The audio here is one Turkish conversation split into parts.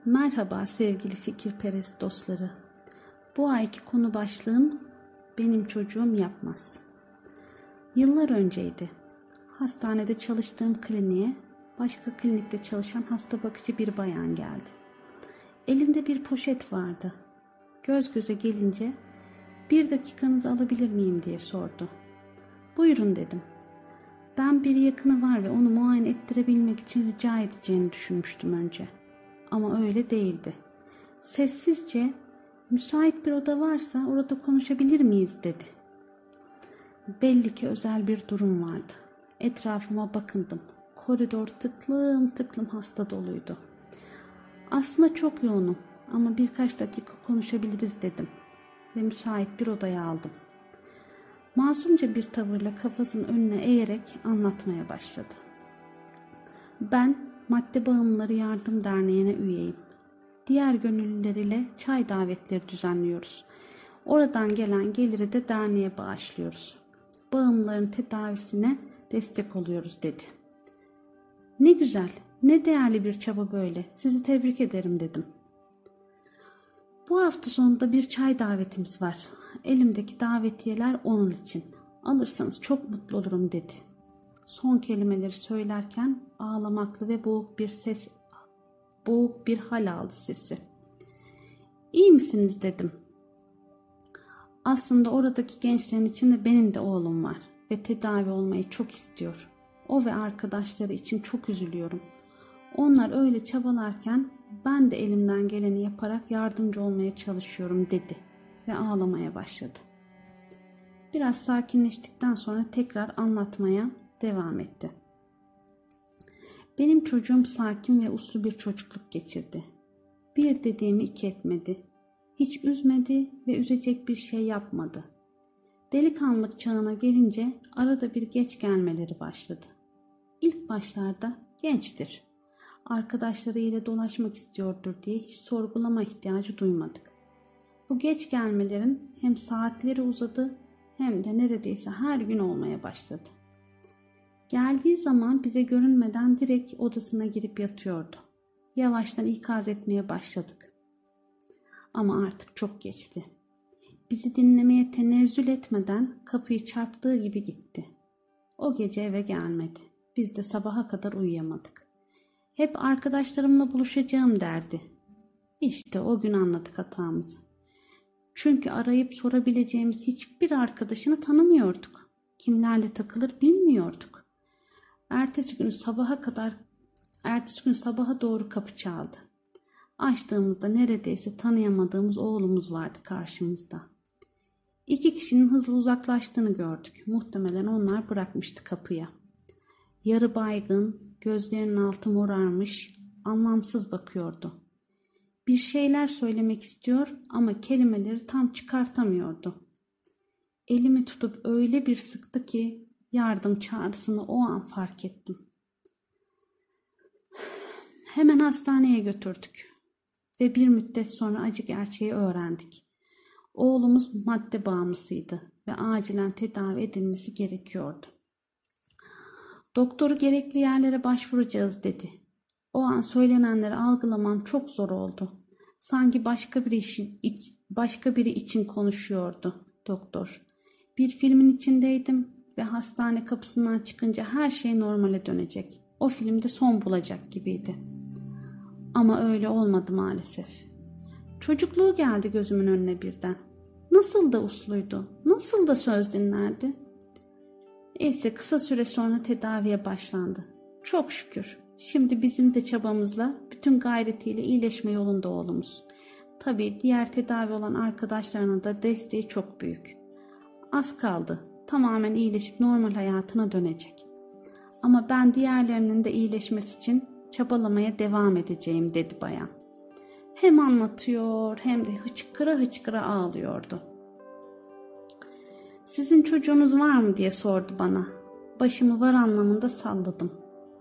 Merhaba sevgili fikirperest dostları. Bu ayki konu başlığım benim çocuğum yapmaz. Yıllar önceydi. Hastanede çalıştığım kliniğe başka klinikte çalışan hasta bakıcı bir bayan geldi. Elinde bir poşet vardı. Göz göze gelince "Bir dakikanızı alabilir miyim?" diye sordu. "Buyurun," dedim. Ben bir yakını var ve onu muayene ettirebilmek için rica edeceğini düşünmüştüm önce. Ama öyle değildi. Sessizce "Müsait bir oda varsa orada konuşabilir miyiz?" dedi. Belli ki özel bir durum vardı. Etrafıma bakındım. Koridor tıklım tıklım hasta doluydu. "Aslında çok yoğunum ama birkaç dakika konuşabiliriz," dedim ve müsait bir odaya aldım. Masumca bir tavırla kafasının önüne eğerek anlatmaya başladı. "Ben Madde Bağımlıları Yardım Derneği'ne üyeyim. Diğer gönüllüler ile çay davetleri düzenliyoruz. Oradan gelen geliri de derneğe bağışlıyoruz. Bağımlıların tedavisine destek oluyoruz," dedi. "Ne güzel, ne değerli bir çaba böyle. Sizi tebrik ederim," dedim. "Bu hafta sonunda bir çay davetimiz var. Elimdeki davetiyeler onun için. Alırsanız çok mutlu olurum," dedi. Son kelimeleri söylerken ağlamaklı ve boğuk bir hal aldı sesi. "İyi misiniz?" dedim. "Aslında oradaki gençlerin içinde benim de oğlum var ve tedavi olmayı çok istiyor. O ve arkadaşları için çok üzülüyorum. Onlar öyle çabalarken ben de elimden geleni yaparak yardımcı olmaya çalışıyorum," dedi ve ağlamaya başladı. Biraz sakinleştikten sonra tekrar anlatmaya devam etti. "Benim çocuğum sakin ve uslu bir çocukluk geçirdi. Bir dediğimi iki etmedi. Hiç üzmedi ve üzecek bir şey yapmadı. Delikanlılık çağına gelince arada bir geç gelmeleri başladı. İlk başlarda gençtir. Arkadaşlarıyla dolaşmak istiyordur diye hiç sorgulama ihtiyacı duymadık. Bu geç gelmelerin hem saatleri uzadı hem de neredeyse her gün olmaya başladı. Geldiği zaman bize görünmeden direkt odasına girip yatıyordu. Yavaştan ikaz etmeye başladık. Ama artık çok geçti. Bizi dinlemeye tenezzül etmeden kapıyı çarptığı gibi gitti. O gece eve gelmedi. Biz de sabaha kadar uyuyamadık. Hep arkadaşlarımla buluşacağım derdi. İşte o gün anladık hatamızı. Çünkü arayıp sorabileceğimiz hiçbir arkadaşını tanımıyorduk. Kimlerle takılır bilmiyorduk. Ertesi gün sabaha doğru kapı çaldı. Açtığımızda neredeyse tanıyamadığımız oğlumuz vardı karşımızda. 2 kişinin hızlı uzaklaştığını gördük. Muhtemelen onlar bırakmıştı kapıya. Yarı baygın, gözlerinin altı morarmış, anlamsız bakıyordu. Bir şeyler söylemek istiyor ama kelimeleri tam çıkartamıyordu. Elimi tutup öyle bir sıktı ki yardım çağrısını o an fark ettim. Hemen hastaneye götürdük ve bir müddet sonra acı gerçeği öğrendik. Oğlumuz madde bağımlısıydı ve acilen tedavi edilmesi gerekiyordu. Doktoru gerekli yerlere başvuracağız dedi. O an söylenenleri algılamam çok zor oldu. Sanki başka biri için konuşuyordu doktor. Bir filmin içindeydim ve hastane kapısından çıkınca her şey normale dönecek. O filmde son bulacak gibiydi. Ama öyle olmadı maalesef. Çocukluğu geldi gözümün önüne birden. Nasıl da usluydu, nasıl da söz dinlerdi. Neyse kısa süre sonra tedaviye başlandı. Çok şükür. Şimdi bizim de çabamızla bütün gayretiyle iyileşme yolunda oğlumuz. Tabii diğer tedavi olan arkadaşlarına da desteği çok büyük. Az kaldı. Tamamen iyileşip normal hayatına dönecek. Ama ben diğerlerinin de iyileşmesi için çabalamaya devam edeceğim," dedi bayan. Hem anlatıyor hem de hıçkıra hıçkıra ağlıyordu. "Sizin çocuğunuz var mı?" diye sordu bana. Başımı var anlamında salladım.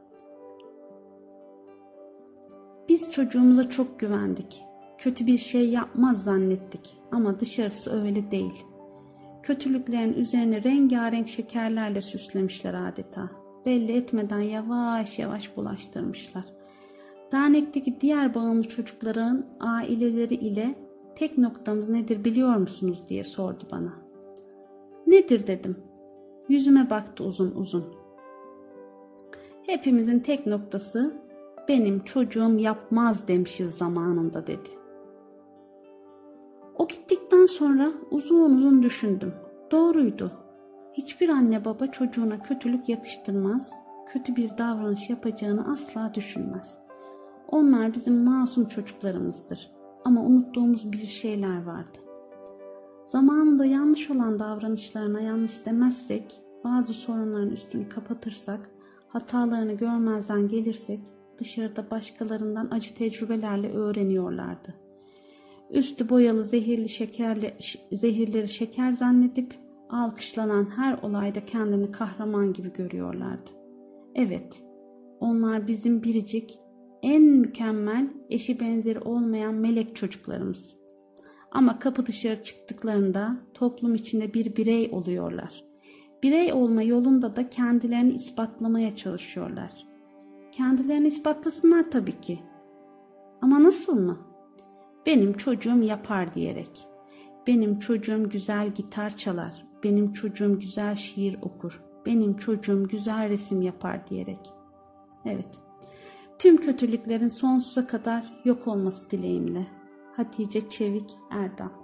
Biz çocuğumuza çok güvendik. Kötü bir şey yapmaz zannettik ama dışarısı öyle değil. Kötülüklerin üzerine rengarenk şekerlerle süslemişler adeta. Belli etmeden yavaş yavaş bulaştırmışlar. Dernekteki diğer bağımlı çocukların aileleri ile tek noktamız nedir biliyor musunuz diye sordu bana. Nedir dedim. Yüzüme baktı uzun uzun. Hepimizin tek noktası benim çocuğum yapmaz demişiz zamanında dedi. O gittikten sonra uzun uzun düşündüm. Doğruydu. Hiçbir anne baba çocuğuna kötülük yakıştırmaz, kötü bir davranış yapacağını asla düşünmez. Onlar bizim masum çocuklarımızdır. Ama unuttuğumuz bir şeyler vardı. Zamanında yanlış olan davranışlarına yanlış demezsek, bazı sorunların üstünü kapatırsak, hatalarını görmezden gelirsek, dışarıda başkalarından acı tecrübelerle öğreniyorlardı. Üstü boyalı zehirleri şeker zannedip, alkışlanan her olayda kendini kahraman gibi görüyorlardı. Evet, onlar bizim biricik, en mükemmel, eşi benzeri olmayan melek çocuklarımız. Ama kapı dışarı çıktıklarında toplum içinde bir birey oluyorlar. Birey olma yolunda da kendilerini ispatlamaya çalışıyorlar. Kendilerini ispatlasınlar tabii ki. Ama nasıl mı? Benim çocuğum yapar diyerek. Benim çocuğum güzel gitar çalar. Benim çocuğum güzel şiir okur. Benim çocuğum güzel resim yapar diyerek. Evet. Tüm kötülüklerin sonsuza kadar yok olması dileğimle. Hatice Çevik Erdal.